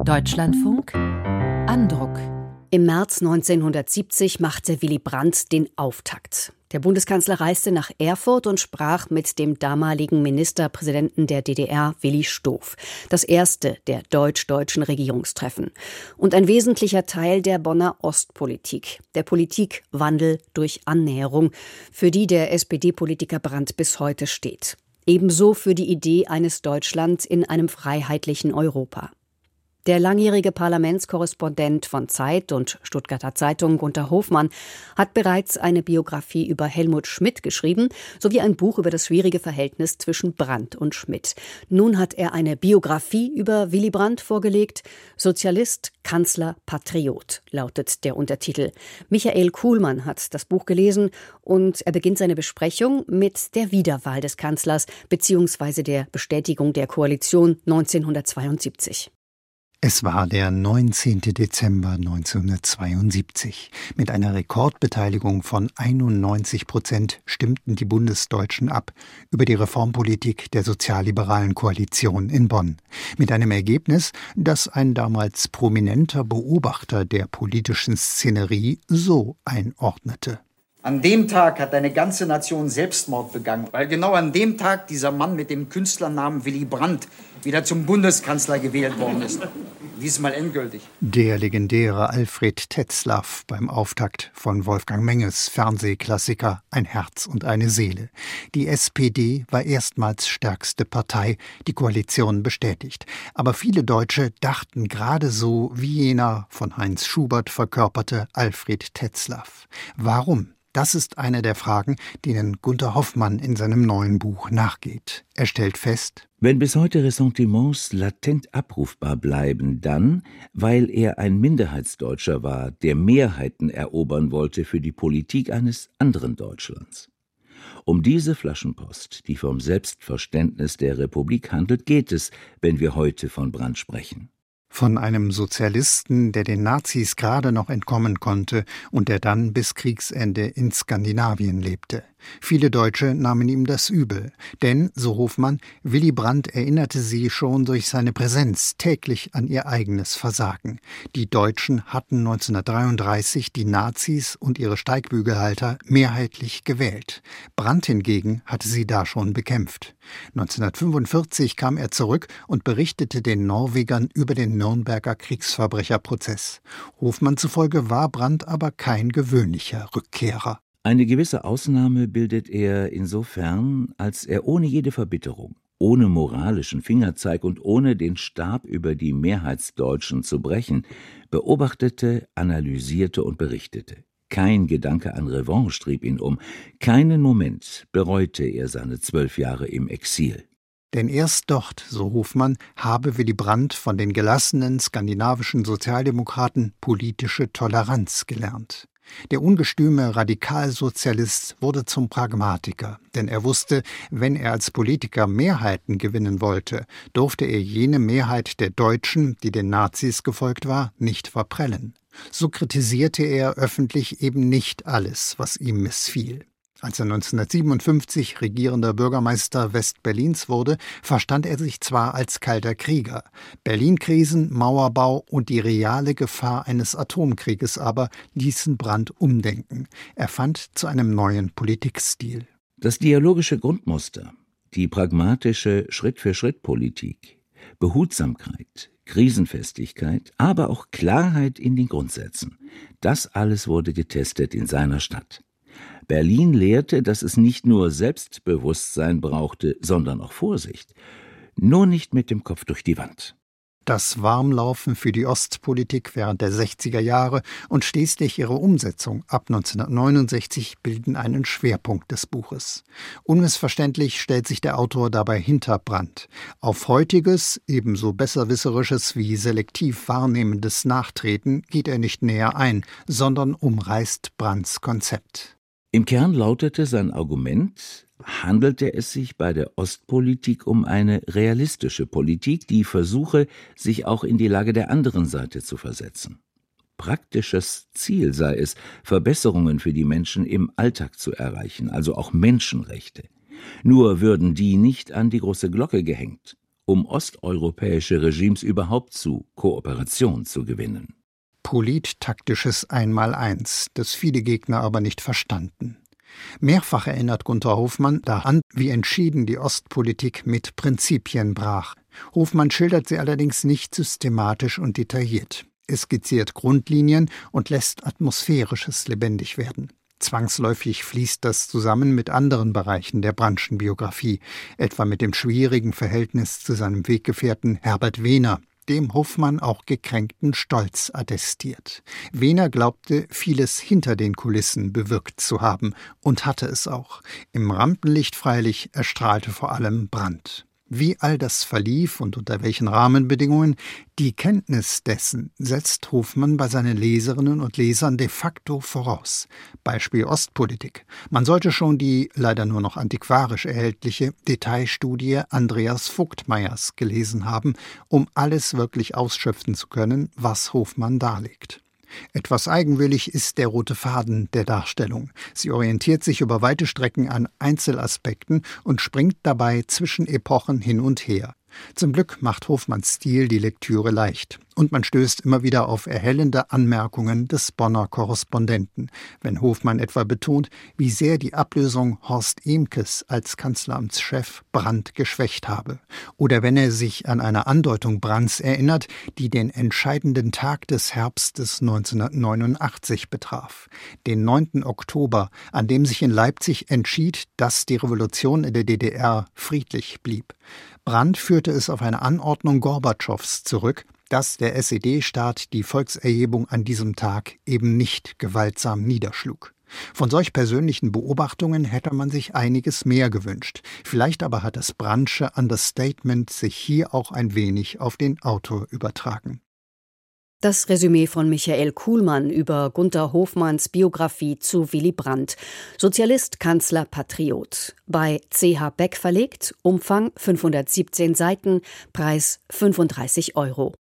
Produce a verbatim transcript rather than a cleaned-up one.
Deutschlandfunk Andruck. Im März neunzehnhundertsiebzig machte Willy Brandt den Auftakt. Der Bundeskanzler reiste nach Erfurt und sprach mit dem damaligen Ministerpräsidenten der D D R, Willi Stoph. Das erste der deutsch-deutschen Regierungstreffen. Und ein wesentlicher Teil der Bonner Ostpolitik. Der Politikwandel durch Annäherung, für die der S P D-Politiker Brandt bis heute steht. Ebenso für die Idee eines Deutschland in einem freiheitlichen Europa. Der langjährige Parlamentskorrespondent von Zeit und Stuttgarter Zeitung Gunter Hofmann hat bereits eine Biografie über Helmut Schmidt geschrieben, sowie ein Buch über das schwierige Verhältnis zwischen Brandt und Schmidt. Nun hat er eine Biografie über Willy Brandt vorgelegt. Sozialist, Kanzler, Patriot lautet der Untertitel. Michael Kuhlmann hat das Buch gelesen und er beginnt seine Besprechung mit der Wiederwahl des Kanzlers bzw. der Bestätigung der Koalition neunzehnhundertzweiundsiebzig. Es war der neunzehnten Dezember neunzehnhundertzweiundsiebzig. Mit einer Rekordbeteiligung von einundneunzig Prozent stimmten die Bundesdeutschen ab über die Reformpolitik der sozialliberalen Koalition in Bonn. Mit einem Ergebnis, das ein damals prominenter Beobachter der politischen Szenerie so einordnete. An dem Tag hat eine ganze Nation Selbstmord begangen, weil genau an dem Tag dieser Mann mit dem Künstlernamen Willy Brandt wieder zum Bundeskanzler gewählt worden ist. Diesmal endgültig. Der legendäre Alfred Tetzlaff beim Auftakt von Wolfgang Menges Fernsehklassiker Ein Herz und eine Seele. Die S P D war erstmals stärkste Partei, die Koalition bestätigt. Aber viele Deutsche dachten gerade so wie jener von Heinz Schubert verkörperte Alfred Tetzlaff. Warum? Das ist eine der Fragen, denen Gunter Hofmann in seinem neuen Buch nachgeht. Er stellt fest: Wenn bis heute Ressentiments latent abrufbar bleiben, dann, weil er ein Minderheitsdeutscher war, der Mehrheiten erobern wollte für die Politik eines anderen Deutschlands. Um diese Flaschenpost, die vom Selbstverständnis der Republik handelt, geht es, wenn wir heute von Brandt sprechen. Von einem Sozialisten, der den Nazis gerade noch entkommen konnte und der dann bis Kriegsende in Skandinavien lebte. Viele Deutsche nahmen ihm das übel, denn, so Hofmann, Willy Brandt erinnerte sie schon durch seine Präsenz täglich an ihr eigenes Versagen. Die Deutschen hatten neunzehnhundertdreiunddreißig die Nazis und ihre Steigbügelhalter mehrheitlich gewählt. Brandt hingegen hatte sie da schon bekämpft. neunzehnhundertfünfundvierzig kam er zurück und berichtete den Norwegern über den Nürnberger Kriegsverbrecherprozess. Hofmann zufolge war Brandt aber kein gewöhnlicher Rückkehrer. Eine gewisse Ausnahme bildet er insofern, als er ohne jede Verbitterung, ohne moralischen Fingerzeig und ohne den Stab über die Mehrheitsdeutschen zu brechen, beobachtete, analysierte und berichtete. Kein Gedanke an Revanche trieb ihn um, keinen Moment bereute er seine zwölf Jahre im Exil. Denn erst dort, so Hofmann, habe Willy Brandt von den gelassenen skandinavischen Sozialdemokraten politische Toleranz gelernt. Der ungestüme Radikalsozialist wurde zum Pragmatiker, denn er wusste, wenn er als Politiker Mehrheiten gewinnen wollte, durfte er jene Mehrheit der Deutschen, die den Nazis gefolgt war, nicht verprellen. So kritisierte er öffentlich eben nicht alles, was ihm missfiel. Als er neunzehnhundertsiebenundfünfzig regierender Bürgermeister West-Berlins wurde, verstand er sich zwar als kalter Krieger. Berlin-Krisen, Mauerbau und die reale Gefahr eines Atomkrieges aber ließen Brandt umdenken. Er fand zu einem neuen Politikstil. Das dialogische Grundmuster, die pragmatische Schritt-für-Schritt-Politik, Behutsamkeit, Krisenfestigkeit, aber auch Klarheit in den Grundsätzen, das alles wurde getestet in seiner Stadt. Berlin lehrte, dass es nicht nur Selbstbewusstsein brauchte, sondern auch Vorsicht. Nur nicht mit dem Kopf durch die Wand. Das Warmlaufen für die Ostpolitik während der sechziger Jahre und schließlich ihre Umsetzung ab neunzehnhundertneunundsechzig bilden einen Schwerpunkt des Buches. Unmissverständlich stellt sich der Autor dabei hinter Brandt. Auf heutiges, ebenso besserwisserisches wie selektiv wahrnehmendes Nachtreten geht er nicht näher ein, sondern umreißt Brandts Konzept. Im Kern lautete sein Argument, handelte es sich bei der Ostpolitik um eine realistische Politik, die versuche, sich auch in die Lage der anderen Seite zu versetzen. Praktisches Ziel sei es, Verbesserungen für die Menschen im Alltag zu erreichen, also auch Menschenrechte. Nur würden die nicht an die große Glocke gehängt. um osteuropäische Regimes überhaupt zu Kooperation zu gewinnen. Polittaktisches Einmaleins, das viele Gegner aber nicht verstanden. Mehrfach erinnert Gunter Hofmann daran, wie entschieden die Ostpolitik mit Prinzipien brach. Hofmann schildert sie allerdings nicht systematisch und detailliert. Es skizziert Grundlinien und lässt Atmosphärisches lebendig werden. Zwangsläufig fließt das zusammen mit anderen Bereichen der Brandtschen Biografie, etwa mit dem schwierigen Verhältnis zu seinem Weggefährten Herbert Wehner, dem Hofmann auch gekränkten Stolz attestiert. Wehner glaubte, vieles hinter den Kulissen bewirkt zu haben und hatte es auch. Im Rampenlicht freilich erstrahlte vor allem Brandt. Wie all das verlief und unter welchen Rahmenbedingungen, die Kenntnis dessen setzt Hofmann bei seinen Leserinnen und Lesern de facto voraus. Beispiel Ostpolitik. Man sollte schon die, leider nur noch antiquarisch erhältliche, Detailstudie Andreas Vogtmeyers gelesen haben, um alles wirklich ausschöpfen zu können, was Hofmann darlegt. Etwas eigenwillig ist der rote Faden der Darstellung. Sie orientiert sich über weite Strecken an Einzelaspekten und springt dabei zwischen Epochen hin und her. Zum Glück macht Hofmanns Stil die Lektüre leicht. Und man stößt immer wieder auf erhellende Anmerkungen des Bonner Korrespondenten, wenn Hofmann etwa betont, wie sehr die Ablösung Horst Ehmkes als Kanzleramtschef Brandt geschwächt habe. Oder wenn er sich an eine Andeutung Brandts erinnert, die den entscheidenden Tag des Herbstes neunzehnhundertneunundachtzig betraf. Den neunten Oktober, an dem sich in Leipzig entschied, dass die Revolution in der D D R friedlich blieb. Brandt führte es auf eine Anordnung Gorbatschows zurück, dass der S E D-Staat die Volkserhebung an diesem Tag eben nicht gewaltsam niederschlug. Von solch persönlichen Beobachtungen hätte man sich einiges mehr gewünscht. Vielleicht aber hat das Brandtsche Understatement sich hier auch ein wenig auf den Autor übertragen. Das Resümee von Michael Kuhlmann über Gunter Hofmanns Biografie zu Willy Brandt. Sozialist, Kanzler, Patriot. Bei C H Beck verlegt, Umfang fünfhundertsiebzehn Seiten, Preis fünfunddreißig Euro.